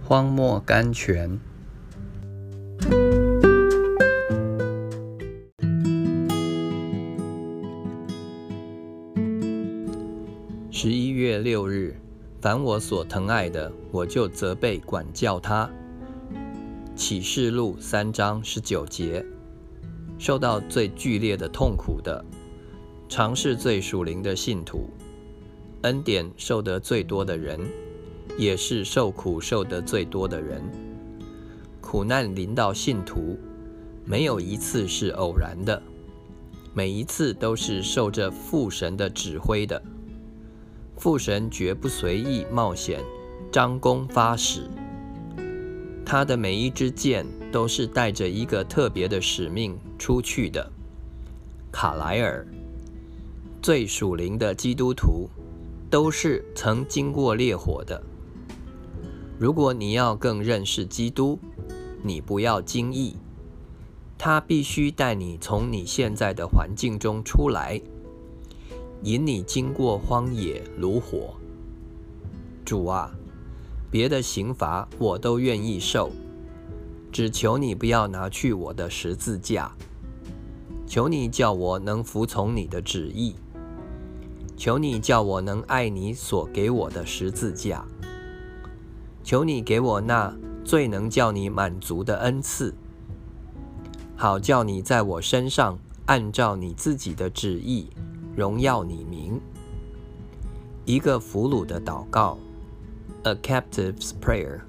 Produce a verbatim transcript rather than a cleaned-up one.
荒漠甘泉。十一月六日，凡我所疼爱的，我就责备管教他。启示录三章十九节，受到最剧烈的痛苦的，常是最属灵的信徒。恩典受得最多的人，也是受苦受得最多的人。苦难临到信徒，没有一次是偶然的，每一次都是受着父神的指挥的。父神绝不随意冒险张弓发矢，他的每一支箭都是带着一个特别的使命出去的。卡莱尔，最属灵的基督徒都是曾经过烈火的。如果你要更认识基督，你不要惊异，他必须带你从你现在的环境中出来，引你经过荒野炉火。主啊，别的刑罚我都愿意受，只求你不要拿去我的十字架。求你叫我能服从你的旨意，求你叫我能爱你所给我的十字架，求你给我那最能叫你满足的恩赐，好叫你在我身上按照你自己的旨意荣耀你名。一个俘虏的祷告 A captive's prayer。